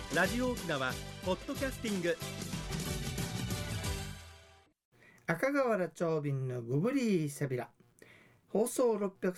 ラジオ沖縄ポッドキャスティング、 赤瓦長瓶のグブリーサビラ、放送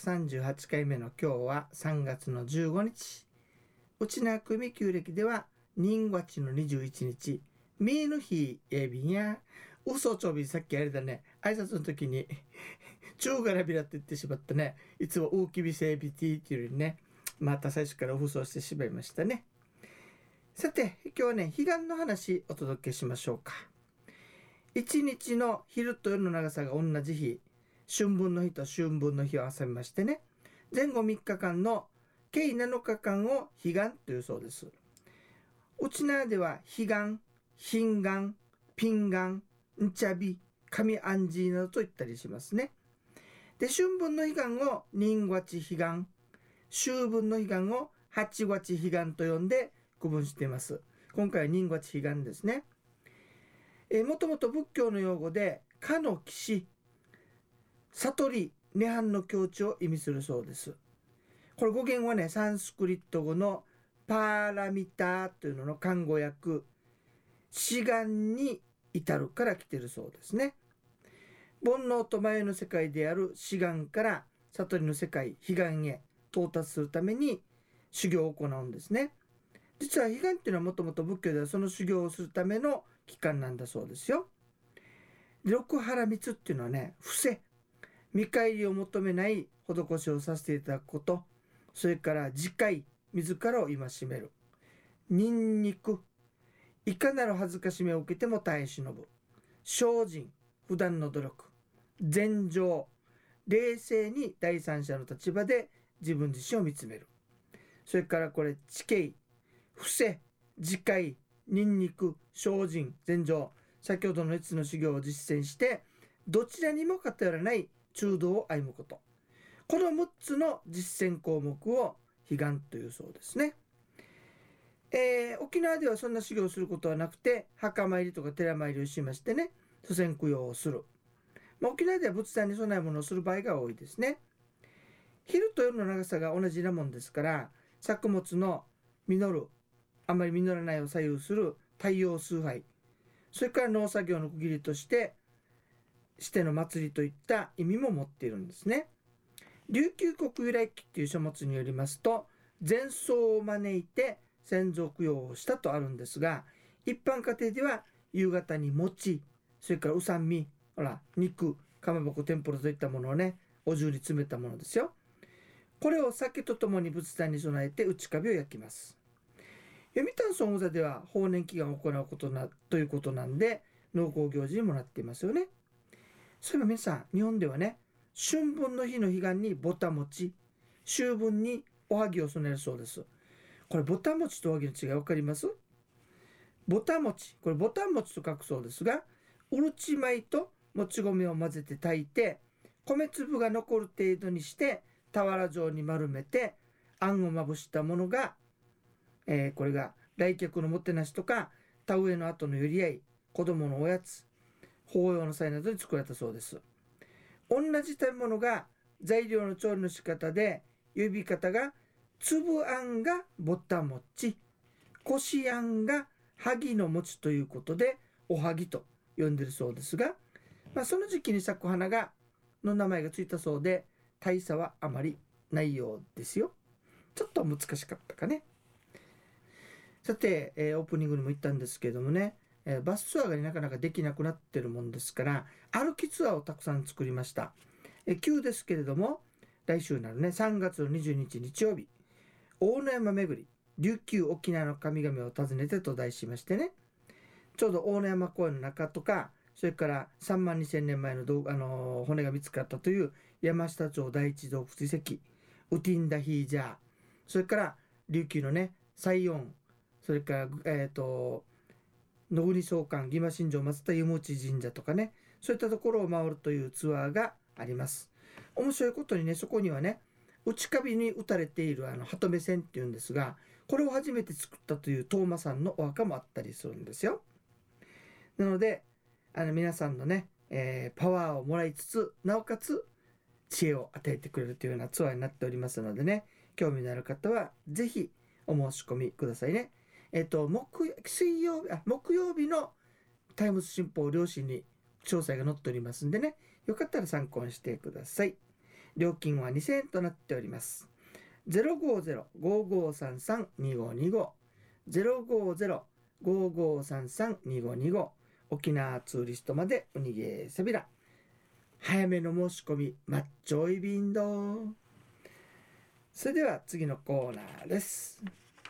638回目の今日は3月の15日、うちな組旧暦では人月の21日、ミーの日エビンや、嘘長瓶、さっきあれだね、挨拶の時に中がらびらって言ってしまったね。いつも大きびせびティーっていうよりね、また最初から放送してしまいましたね。さて今日はね、彼岸の話お届けしましょうか。一日の昼と夜の長さが同じ日、春分の日と秋分の日を挟みましてね、前後3日間の計7日間を彼岸というそうです。うちなでは彼岸、貧願、ピン願、んちゃび、神安寺などと言ったりしますね。で、春分の彼岸を人月彼岸、秋分の彼岸を八月彼岸と呼んで区分しています。今回は人月彼岸ですね。もともと仏教の用語でかの騎士、悟り、涅槃の境地を意味するそうです。これ語源はね、サンスクリット語のパーラミターというのの漢語訳、志願に至るから来ているそうですね。煩悩と迷いの世界である志願から悟りの世界、彼岸へ到達するために修行を行うんですね。実は彼岸っていうのはもともと仏教ではその修行をするための期間なんだそうですよ。六波羅蜜っていうのはね、伏せ、見返りを求めない施しをさせていただくこと、それから自戒、自らを戒める、忍肉、いかなる恥ずかしめを受けても耐え忍ぶ、精進、普段の努力、禅情、冷静に第三者の立場で自分自身を見つめる、それからこれ知恵、伏せ、自戒、忍肉、精進、禅情、先ほどの5つの修行を実践してどちらにも偏らない中道を歩むこと、この6つの実践項目を彼岸というそうですね。沖縄ではそんな修行をすることはなくて、墓参りとか寺参りをしましてね、祖先供養をする、沖縄では仏壇に供え物をする場合が多いですね。昼と夜の長さが同じなもんですから、作物の実る、あまり実らないを左右する太陽崇拝、それから農作業の区切りとしてしての祭りといった意味も持っているんですね。琉球国由来記という書物によりますと、前奏を招いて先祖供養をしたとあるんですが、一般家庭では夕方に餅、それからうさんみ、肉、かまぼこ、天ぷらといったものをね、お重に詰めたものですよ。これを酒とともに仏壇に備えて内壁を焼きます。読谷村座では法年祈願を行うことなということなんで、農耕行事にもなっていますよね。そういえば皆さん、日本ではね、春分の日の彼岸にぼた餅、秋分におはぎを備えるそうです。これぼた餅とおはぎの違い分かります？ぼた餅、これぼた餅と書くそうですが、うるち米ともち米を混ぜて炊いて、米粒が残る程度にして俵状に丸めてあんをまぶしたものが、これが来客のもてなしとか田植えの後の寄り合い、子供のおやつ、法要の際などに作られたそうです。同じ食べ物が材料の調理の仕方で、呼び方が粒あんがぼた餅、こしあんが萩の餅ということでおはぎと呼んでいるそうですが、その時期に咲く花がの名前がついたそうで、大差はあまりないようですよ。ちょっと難しかったかね。さて、オープニングにも言ったんですけれどもね、バスツアーがなかなかできなくなってるもんですから、歩きツアーをたくさん作りました。急ですけれども、来週なるね、3月の22日日曜日、大野山巡り、琉球沖縄の神々を訪ねてと題しましてね、ちょうど大野山公園の中とか、それから3万2000年前の骨が見つかったという山下町第一洞窟遺跡、ウティンダヒージャー、それから琉球のね、西園、それから野国総監、義馬神城を祀った湯持神社とかね、そういったところを回るというツアーがあります。面白いことにね、そこにはね、内壁に打たれている鳩目線っていうんですが、これを初めて作ったという東馬さんのお墓もあったりするんですよ。なので皆さんのね、パワーをもらいつつ、なおかつ知恵を与えてくれるというようなツアーになっておりますのでね、興味のある方はぜひお申し込みくださいね。 木曜日のタイムズ新報両親に詳細が載っておりますんでね、よかったら参考にしてください。料金は2000円となっております。050-5533-2525 050-5533-2525沖縄ツーリストまでウニゲーセビラ。早めの申し込みマッチョイビンド。それでは次のコーナーです。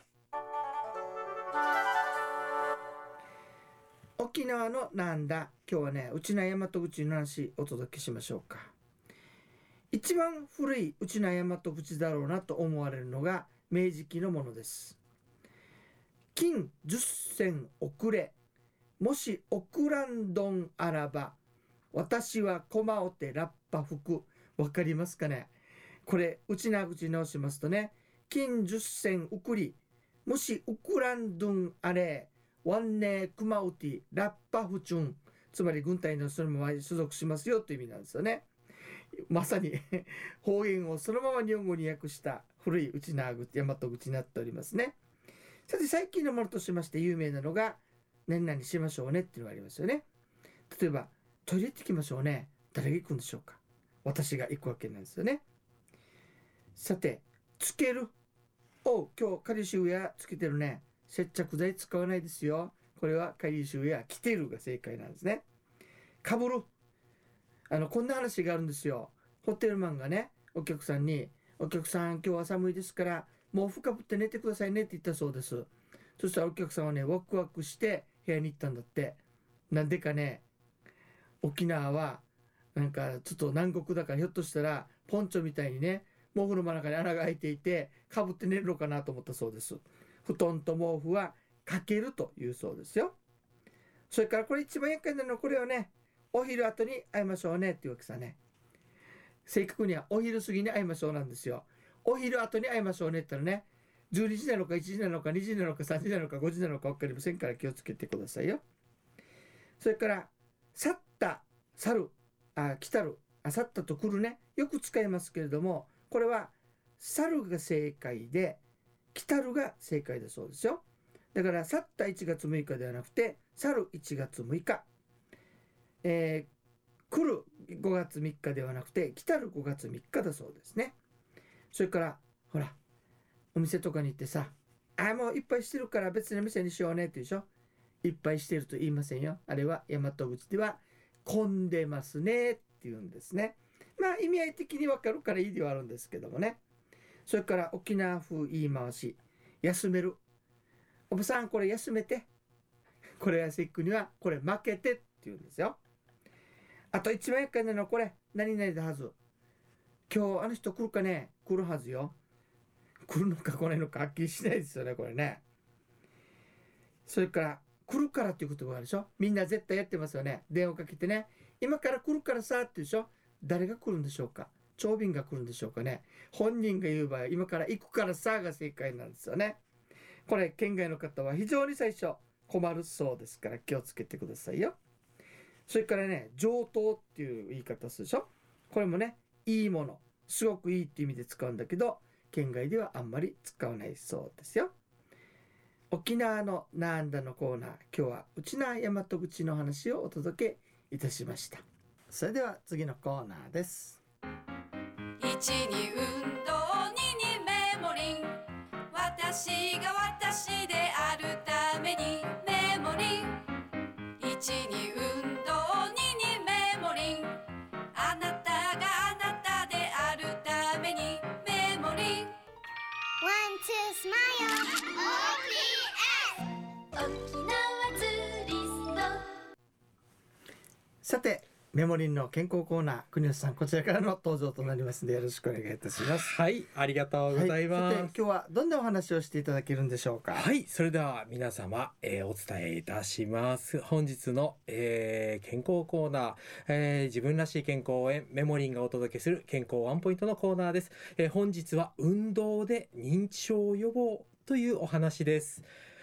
沖縄のなんだ、今日はね、内名大和口の話お届けしましょうか。一番古い内名大和口だろうなと思われるのが明治期のものです。金10銭遅れ、もし送らんどんあらば、私は駒おてラッパ吹く。わかりますかね。これ内名口直しますとね、金10銭送り、もし送らんどんあれ、ワンネークマウティラッパフチュン、つまり軍隊のそのまま所属しますよという意味なんですよね。まさに方言をそのまま日本語に訳した古い内名口大和口になっておりますね。さて最近のものとしまして有名なのが何々しましょうねっていうのがありますよね。例えばトイレ行ってきましょうね、誰が行くんでしょうか。私が行くわけなんですよね。さてつける、今日カリシウやつけてるね、接着剤使わないですよ。これはカリシウや着てるが正解なんですね。かぶる、こんな話があるんですよ。ホテルマンがね、お客さんに、お客さん今日は寒いですから毛布かぶって寝てくださいねって言ったそうです。そしたらお客さんはね、ワクワクして部屋に行ったんだって。なんでかね、沖縄はなんかちょっと南国だから、ひょっとしたらポンチョみたいにね、毛布の真ん中に穴が開いていてかぶって寝るのかなと思ったそうです。布団と毛布はかけるというそうですよ。それからこれ一番厄介なのはこれをね、お昼後に会いましょうねっていうわけさね。正確にはお昼過ぎに会いましょうなんですよ。お昼後に会いましょうねって言ったらね、12時なのか1時なのか2時なのか3時なのか5時なのか分かりませんから気をつけてくださいよ。それから去った去る、来たる、去ったと来るね、よく使いますけれども、これは去るが正解で来たるが正解だそうですよ。だから去った1月6日ではなくて去る1月6日、来る5月3日ではなくて来たる5月3日だそうですね。それからほら、お店とかに行ってさ、もういっぱいしてるから別の店にしようねって言うでしょ。いっぱいしてると言いませんよ。あれは大和口では混んでますねって言うんですね。まあ意味合い的にわかるからいいではあるんですけどもね。それから沖縄風言い回し、休める。おばさんこれ休めて。これやセックにはこれ負けてって言うんですよ。あと一番厄介なのはこれ、何々だはず。今日あの人来るかね、来るはずよ。来るのか来ないのかはっきりしないですよね、これね。それから来るからっていう言葉があるでしょ。みんな絶対やってますよね。電話かけてね、今から来るからさって言うでしょ。誰が来るんでしょうか。長便が来るんでしょうかね。本人が言う場合、今から行くからさが正解なんですよね。これ県外の方は非常に最初困るそうですから気をつけてくださいよ。それからね、上等っていう言い方するでしょ。これもね、いいもの、すごくいいっていう意味で使うんだけど、県外ではあんまり使わないそうですよ。沖縄のなんだのコーナー、今日は内名大和口の話をお届けいたしました。それでは次のコーナーです。 1に運動2にメモリン、私が私であるためにメモリン、1に運動2にメモリン、あなたがあなたであるためにメモリン。 One, two, smile. OPS 沖縄ツーリスト。 さてメモリンの健康コーナー、国吉さんこちらからの登場となりますのでよろしくお願いいたします。 はい、ありがとうございます。 さて今日はどんなお話をしていただけるんでしょうか。 はい、それでは皆様、お伝えいたします。本日の、健康コーナー、自分らしい健康応援メモリンがお届けする健康ワンポイントのコーナーです。本日は運動で認知症予防というお話です。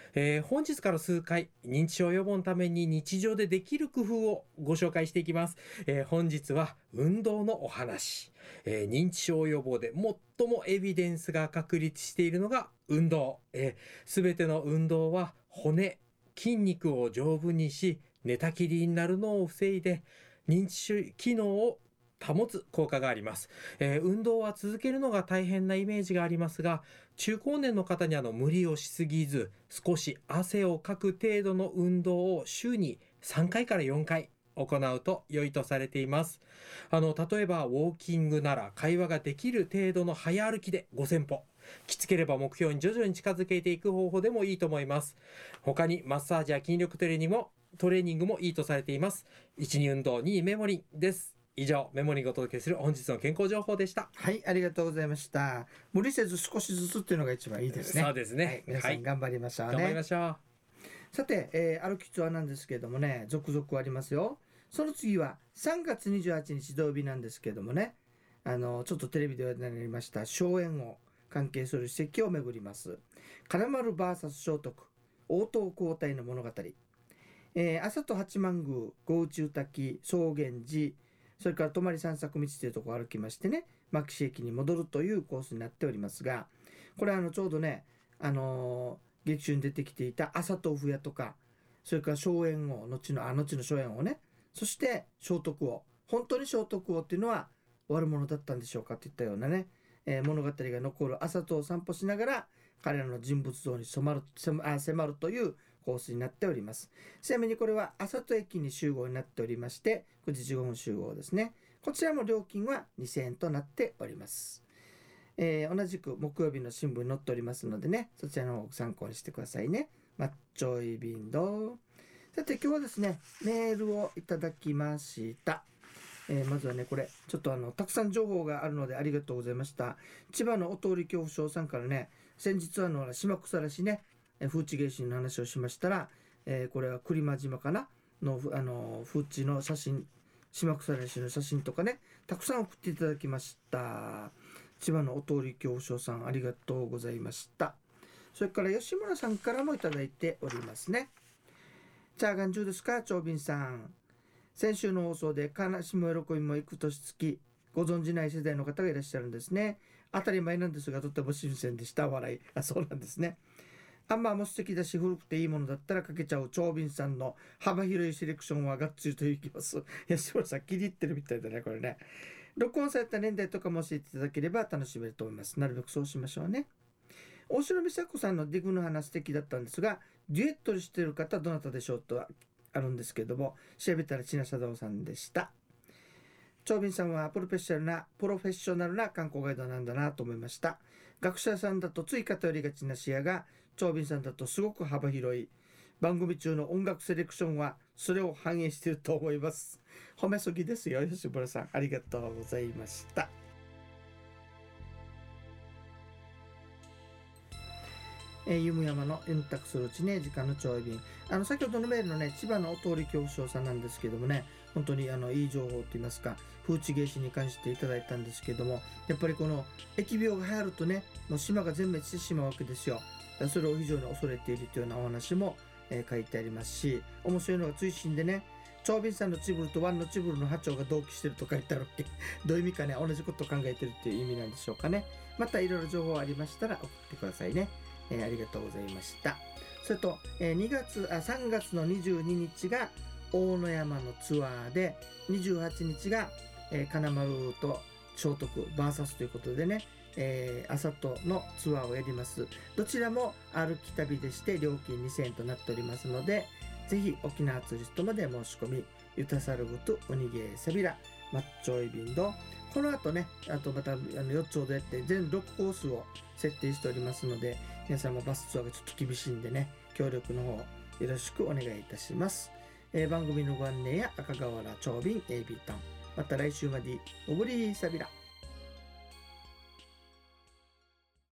本日から数回認知症予防のために日常でできる工夫をご紹介していきます。本日は運動のお話。認知症予防で最もエビデンスが確立しているのが運動。すべての運動は骨、筋肉を丈夫にし、寝たきりになるのを防いで認知症機能を保つ効果があります。運動は続けるのが大変なイメージがありますが、中高年の方に無理をしすぎず、少し汗をかく程度の運動を週に3回から4回行うと良いとされています。例えばウォーキングなら会話ができる程度の早歩きで5000歩。きつければ目標に徐々に近づけていく方法でもいいと思います。他にマッサージや筋力トレーニングもいいとされています。1に運動、2にメモリンです。以上、メモリンがお届けする本日の健康情報でした。 はい、ありがとうございました。無理せず少しずつっていうのが一番いいですね。 そうですね、 はい、皆さん頑張りましょうね。 頑張りましょう。 さて、歩きツアーなんですけれどもね、続々ありますよ。その次は3月28日土曜日なんですけれどもね、ちょっとテレビで話題になりました荘園を関係する史跡を巡ります。金丸 VS 聖徳応答交代の物語。朝と八幡宮、郷内宇滝、草原寺、それから泊散策道というところを歩きましてね、牧師駅に戻るというコースになっておりますが、これちょうどね、劇中に出てきていた朝豆腐屋とか、それから荘園王、後の荘園王ね、そして聖徳王、本当に聖徳王っていうのは悪者だったんでしょうかといったようなね、物語が残る朝とを散歩しながら彼らの人物像に迫るというコースになっております。ちなみにこれは朝と駅に集合になっておりまして、9時15分集合ですね。こちらも料金は2000円となっております。同じく木曜日の新聞に載っておりますのでね、そちらの方を参考にしてくださいね。マッチョイビンド。さて今日はですね、メールをいただきました。まずはね、これちょっとたくさん情報があるのでありがとうございました。千葉のお通り恐怖症さんからね、先日島草らしね、風知芸神の話をしましたら、これは栗間島かなの風知の写真、島草らしの写真とかね、たくさん送っていただきました。千葉のお通り恐怖症さん、ありがとうございました。それから吉村さんからもいただいておりますね。チャーガン中ですか、長斌さん。先週の放送で悲しむ喜びも幾年月、ご存じない世代の方がいらっしゃるんですね。当たり前なんですが、とても新鮮でした。笑い。そうなんですね。アンマーも素敵だし、古くていいものだったらかけちゃう長斌さんの幅広いセレクションはがっつりといきます。吉村さん気に入ってるみたいだね、これね。録音された年代とかも教えていただければ楽しめると思います。なるべくそうしましょうね。大城美佐子さんのディグの花素敵だったんですが、デュエットしている方どなたでしょうとあるんですけども、調べたら千奈貞夫さんでした。長斌さんはプロフェッショナルな観光ガイドなんだなと思いました。学者さんだとつい偏りがちな視野が、長斌さんだとすごく幅広い。番組中の音楽セレクションはそれを反映していると思います。褒めすぎですよ、吉村さん。ありがとうございました。ゆむやまの円卓するうちね、時間の長便。先ほどのメールのね、千葉のお通り恐怖症さんなんですけどもね、本当にいい情報といいますか、風知芸師に関していただいたんですけども、やっぱりこの疫病が流行るとね、もう島が全滅してしまうわけですよ。それを非常に恐れているというようなお話も、書いてありますし、面白いのが追伸でね、長斌さんのチブルとワンのチブルの波長が同期してると書いてあるってどういう意味かね、同じことを考えてるっていう意味なんでしょうかね。またいろいろ情報ありましたら送ってくださいね。ありがとうございました。それと、3月の22日が大野山のツアーで、28日が、金丸と聖徳 VS ということでね、朝とのツアーをやります。どちらも歩き旅でして料金2000円となっておりますので、ぜひ沖縄ツーリストまで申し込み、ユタサルグとウニゲーサビラ、マッチョイビンド、この後ね、あとまた4丁でやって全6コースを設定しておりますので、皆さんもバスツアーがちょっと厳しいんでね、協力の方よろしくお願いいたします。番組のご案内や赤瓦長瓶 AB タウン、また来週までおぶりーサビラ。